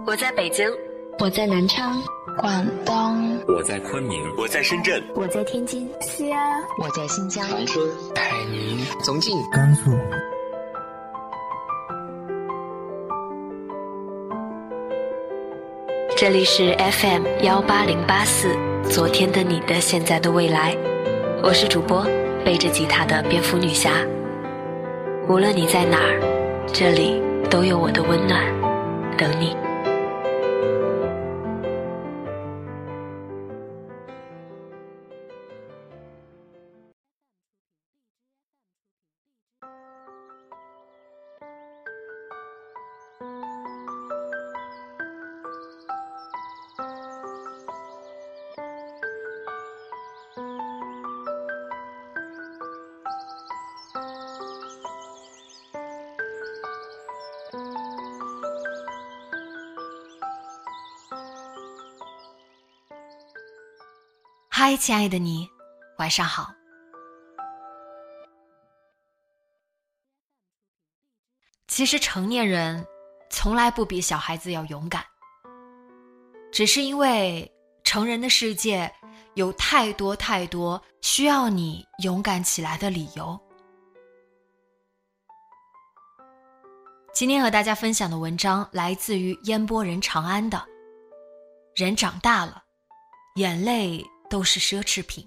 我在北京， 我在南昌， 广东， 我在昆明， 我在深圳， 我在天津， 西安， 我在新疆， 长春， 海宁，重庆， 甘肃。 这里是 FM18084，昨天的你的现在的未来，我是主播背着吉他的蝙蝠女侠。无论你在哪儿，这里都有我的温暖等你。 嗨，亲爱的你，晚上好。其实成年人从来不比小孩子要勇敢，只是因为成人的世界有太多太多需要你勇敢起来的理由。今天和大家分享的文章来自于烟波人长安的人长大了，眼泪都是奢侈品。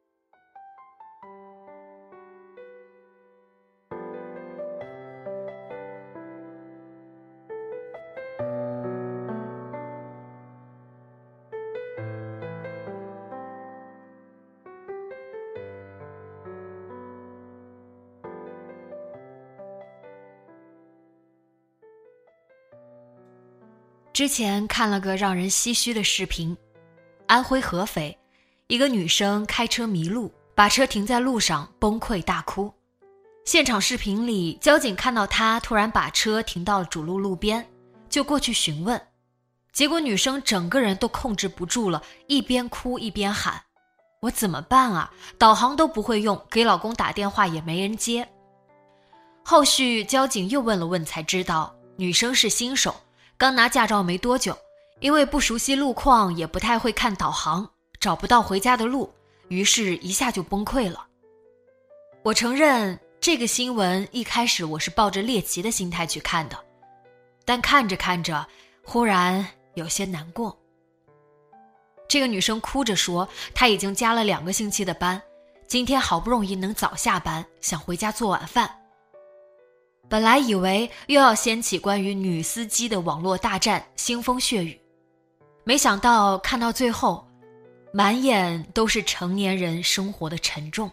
之前看了个让人唏嘘的视频，安徽合肥一个女生开车迷路，把车停在路上崩溃大哭。现场视频里，交警看到她突然把车停到了主路边，就过去询问，结果女生整个人都控制不住了，一边哭一边喊：我怎么办啊？导航都不会用，给老公打电话也没人接。后续交警又问了问才知道，女生是新手，刚拿驾照没多久，因为不熟悉路况，也不太会看导航，找不到回家的路，于是一下就崩溃了。我承认这个新闻一开始我是抱着猎奇的心态去看的，但看着看着忽然有些难过。这个女生哭着说，她已经加了2个星期的班，今天好不容易能早下班，想回家做晚饭。本来以为又要掀起关于女司机的网络大战，腥风血雨，没想到看到最后，满眼都是成年人生活的沉重。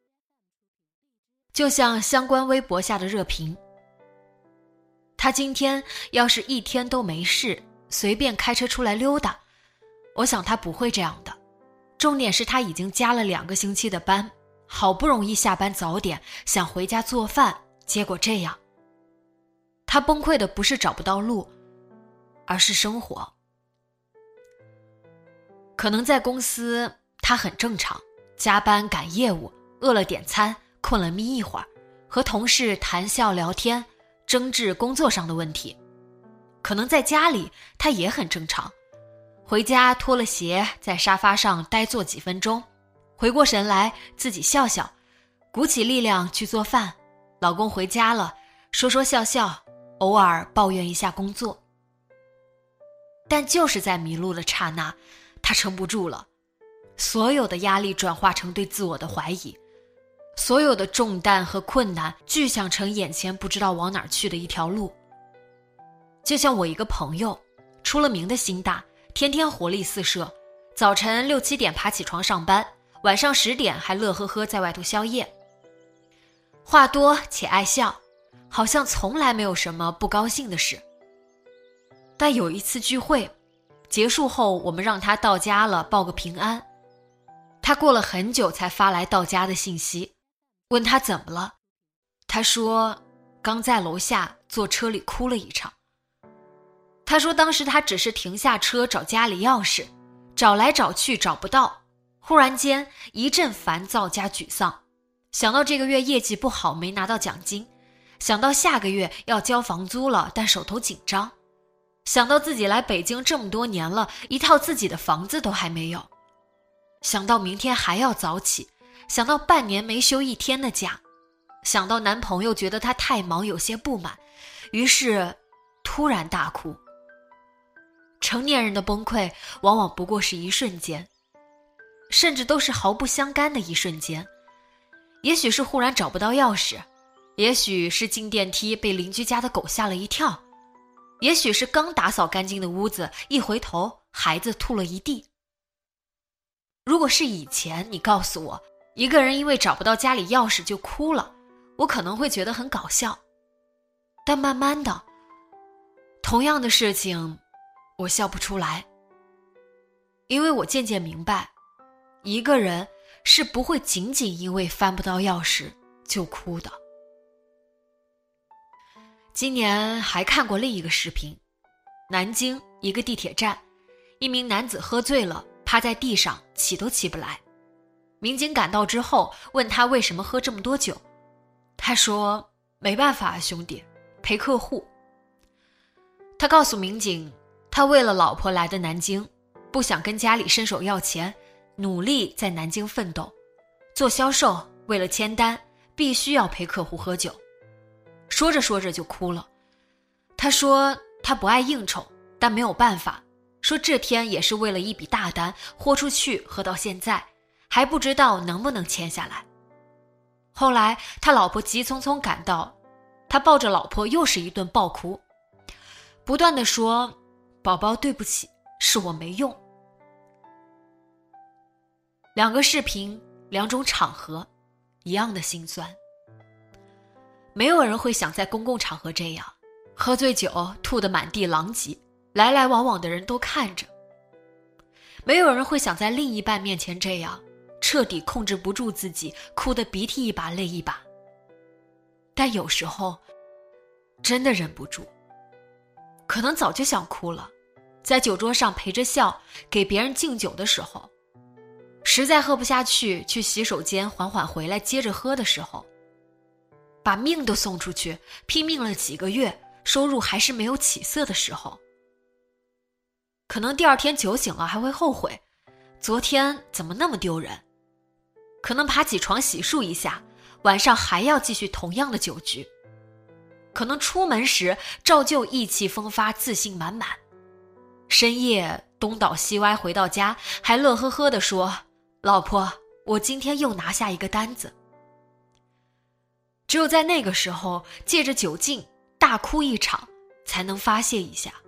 就像相关微博下的热评，他今天要是一天都没事，随便开车出来溜达，我想他不会这样的。重点是他已经加了2个星期的班，好不容易下班早点，想回家做饭，结果这样。他崩溃的不是找不到路，而是生活。可能在公司他很正常，加班赶业务，饿了点餐，困了眯一会儿，和同事谈笑聊天，争执工作上的问题。可能在家里他也很正常，回家脱了鞋，在沙发上呆坐几分钟，回过神来自己笑笑，鼓起力量去做饭，老公回家了，说说笑笑，偶尔抱怨一下工作。但就是在迷路的刹那，他撑不住了，所有的压力转化成对自我的怀疑，所有的重担和困难具象成眼前不知道往哪儿去的一条路。就像我一个朋友，出了名的心大，天天活力四射，早晨6、7点爬起床上班，晚上10点还乐呵呵在外头宵夜。话多且爱笑，好像从来没有什么不高兴的事。但有一次聚会结束后，我们让他到家了报个平安，他过了很久才发来到家的信息，问他怎么了，他说刚在楼下坐车里哭了一场。他说当时他只是停下车找家里钥匙，找来找去找不到，忽然间一阵烦躁加沮丧，想到这个月业绩不好没拿到奖金，想到下个月要交房租了，但手头紧张， 想到自己来北京这么多年了，一套自己的房子都还没有，想到明天还要早起，想到半年没休1天的假，想到男朋友觉得她太忙有些不满，于是突然大哭。成年人的崩溃往往不过是一瞬间，甚至都是毫不相干的一瞬间。也许是忽然找不到钥匙，也许是进电梯被邻居家的狗吓了一跳，也许是刚打扫干净的屋子，一回头孩子吐了一地。如果是以前你告诉我一个人因为找不到家里钥匙就哭了，我可能会觉得很搞笑。但慢慢的，同样的事情我笑不出来，因为我渐渐明白，一个人是不会仅仅因为翻不到钥匙就哭的。今年还看过另一个视频，南京一个地铁站，一名男子喝醉了，趴在地上起都起不来。民警赶到之后问他为什么喝这么多酒，他说没办法兄弟，陪客户。他告诉民警，他为了老婆来的南京，不想跟家里伸手要钱，努力在南京奋斗，做销售，为了签单必须要陪客户喝酒。说着说着就哭了。他说他不爱应酬，但没有办法，说这天也是为了一笔大单豁出去喝到现在，还不知道能不能签下来。后来他老婆急匆匆赶到，他抱着老婆又是一顿暴哭，不断地说宝宝对不起，是我没用。两个视频，两种场合，一样的心酸。没有人会想在公共场合这样，喝醉酒吐得满地狼藉，来来往往的人都看着。没有人会想在另一半面前这样，彻底控制不住自己，哭得鼻涕一把泪一把。但有时候真的忍不住，可能早就想哭了，在酒桌上陪着笑，给别人敬酒的时候，实在喝不下去，去洗手间缓缓回来接着喝的时候，把命都送出去，拼命了几个月，收入还是没有起色的时候，可能第二天酒醒了还会后悔，昨天怎么那么丢人，可能爬起床洗漱一下，晚上还要继续同样的酒局，可能出门时照旧意气风发，自信满满，深夜东倒西歪回到家，还乐呵呵地说，老婆，我今天又拿下一个单子。只有在那个时候，借着酒劲大哭一场，才能发泄一下。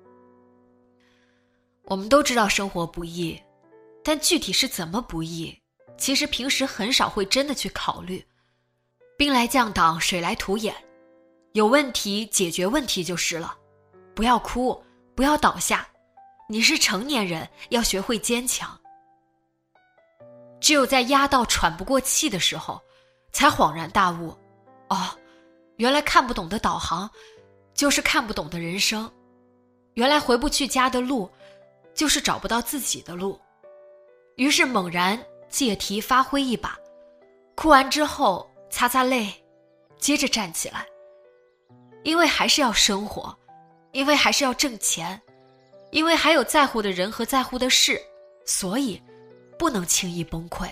我们都知道生活不易，但具体是怎么不易，其实平时很少会真的去考虑。兵来将挡，水来土掩，有问题解决问题就是了，不要哭，不要倒下，你是成年人，要学会坚强。只有在压到喘不过气的时候，才恍然大悟，哦，原来看不懂的导航就是看不懂的人生，原来回不去家的路就是找不到自己的路。于是猛然借题发挥一把，哭完之后擦擦泪，接着站起来，因为还是要生活，因为还是要挣钱，因为还有在乎的人和在乎的事，所以不能轻易崩溃。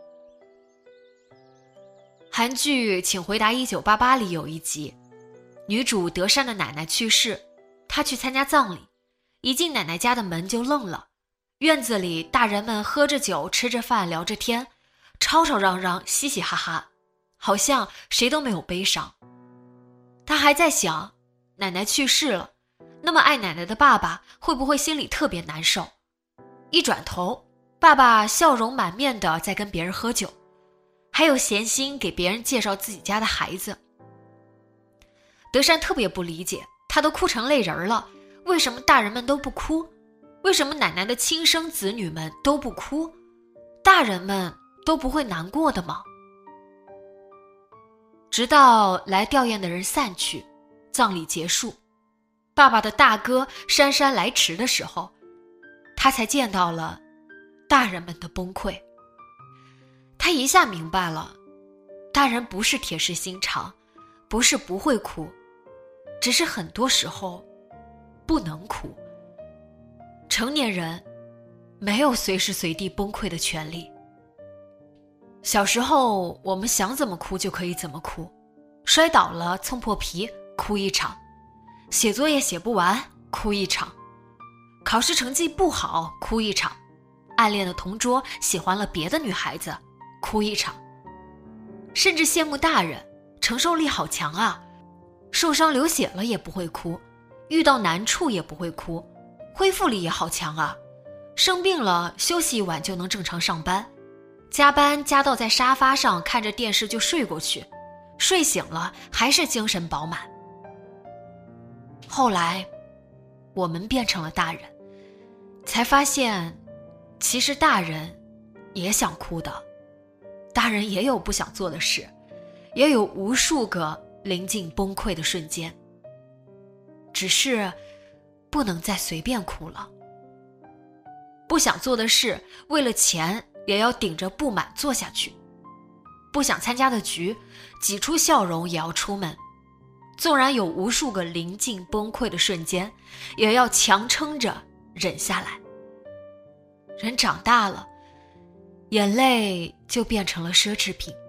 韩剧《请回答1988》里有一集，女主德善的奶奶去世，她去参加葬礼，一进奶奶家的门就愣了。院子里大人们喝着酒，吃着饭，聊着天，吵吵嚷嚷，嘻嘻哈哈，好像谁都没有悲伤。她还在想，奶奶去世了，那么爱奶奶的爸爸会不会心里特别难受。一转头，爸爸笑容满面的在跟别人喝酒，还有闲心给别人介绍自己家的孩子。德善特别不理解，他都哭成泪人了，为什么大人们都不哭？为什么奶奶的亲生子女们都不哭？大人们都不会难过的吗？直到来吊唁的人散去，葬礼结束，爸爸的大哥姗姗来迟的时候，他才见到了大人们的崩溃。他一下明白了，大人不是铁石心肠，不是不会哭，只是很多时候不能哭。成年人没有随时随地崩溃的权利。小时候我们想怎么哭就可以怎么哭，摔倒了蹭破皮哭一场，写作业写不完哭一场，考试成绩不好哭一场，暗恋的同桌喜欢了别的女孩子哭一场，甚至羡慕大人承受力好强啊，受伤流血了也不会哭，遇到难处也不会哭，恢复力也好强啊，生病了休息一晚就能正常上班，加班加到在沙发上看着电视就睡过去，睡醒了还是精神饱满。后来我们变成了大人，才发现其实大人也想哭的，大人也有不想做的事，也有无数个临近崩溃的瞬间，只是不能再随便哭了。不想做的事，为了钱也要顶着不满做下去，不想参加的局，挤出笑容也要出门，纵然有无数个临近崩溃的瞬间，也要强撑着忍下来。人长大了，眼泪就变成了奢侈品。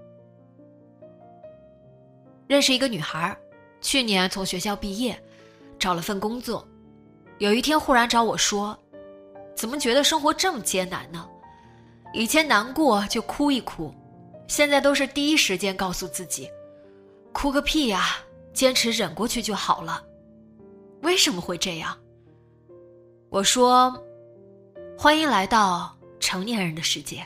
认识一个女孩，去年从学校毕业，找了份工作，有一天忽然找我说，怎么觉得生活这么艰难呢？以前难过就哭一哭，现在都是第一时间告诉自己，哭个屁呀，坚持忍过去就好了。为什么会这样？我说，欢迎来到成年人的世界。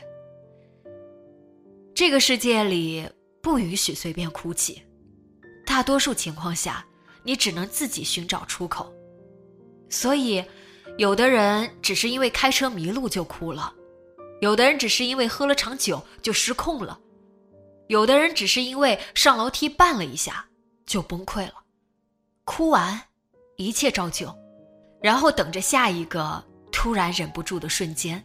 这个世界里不允许随便哭泣，大多数情况下你只能自己寻找出口。所以有的人只是因为开车迷路就哭了，有的人只是因为喝了场酒就失控了，有的人只是因为上楼梯绊了一下就崩溃了。哭完一切照旧，然后等着下一个突然忍不住的瞬间。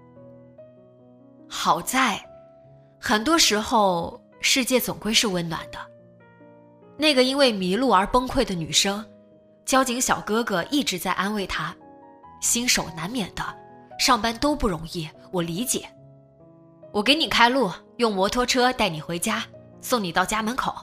好在很多时候世界总归是温暖的。那个因为迷路而崩溃的女生，交警小哥哥一直在安慰她，新手难免的，上班都不容易，我理解。我给你开路，用摩托车带你回家，送你到家门口。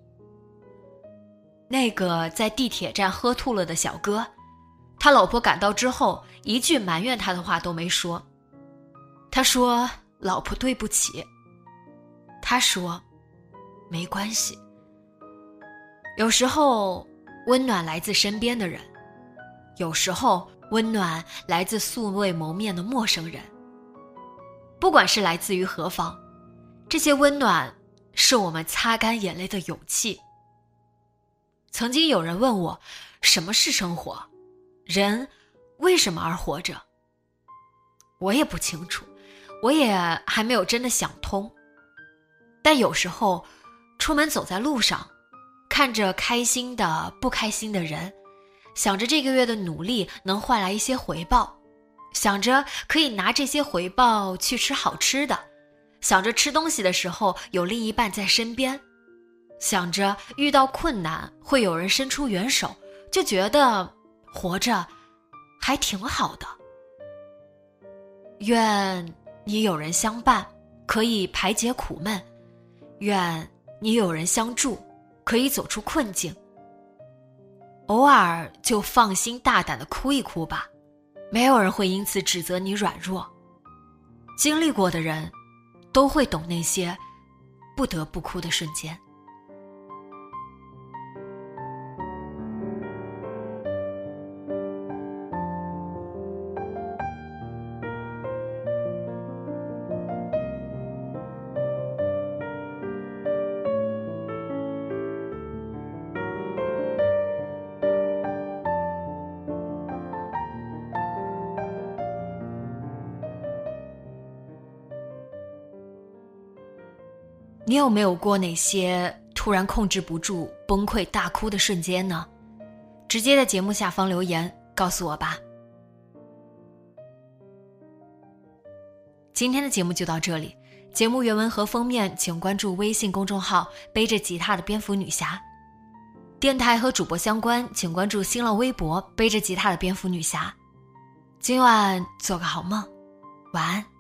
那个在地铁站喝吐了的小哥，他老婆赶到之后一句埋怨他的话都没说。他说，老婆对不起。他说，没关系。有时候温暖来自身边的人，有时候温暖来自素未谋面的陌生人。不管是来自于何方，这些温暖是我们擦干眼泪的勇气。曾经有人问我，什么是生活？人为什么而活着？我也不清楚，我也还没有真的想通。但有时候出门走在路上，看着开心的不开心的人，想着这个月的努力能换来一些回报，想着可以拿这些回报去吃好吃的，想着吃东西的时候有另一半在身边，想着遇到困难会有人伸出援手，就觉得活着还挺好的。愿你有人相伴，可以排解苦闷；愿你有人相助，可以走出困境。偶尔就放心大胆地哭一哭吧，没有人会因此指责你软弱。经历过的人都会懂那些不得不哭的瞬间。你有没有过哪些突然控制不住崩溃大哭的瞬间呢？直接在节目下方留言告诉我吧。今天的节目就到这里，节目原文和封面请关注微信公众号背着吉他的蝙蝠女侠。 电台和主播相关，请关注新浪微博背着吉他的蝙蝠女侠。今晚做个好梦，晚安。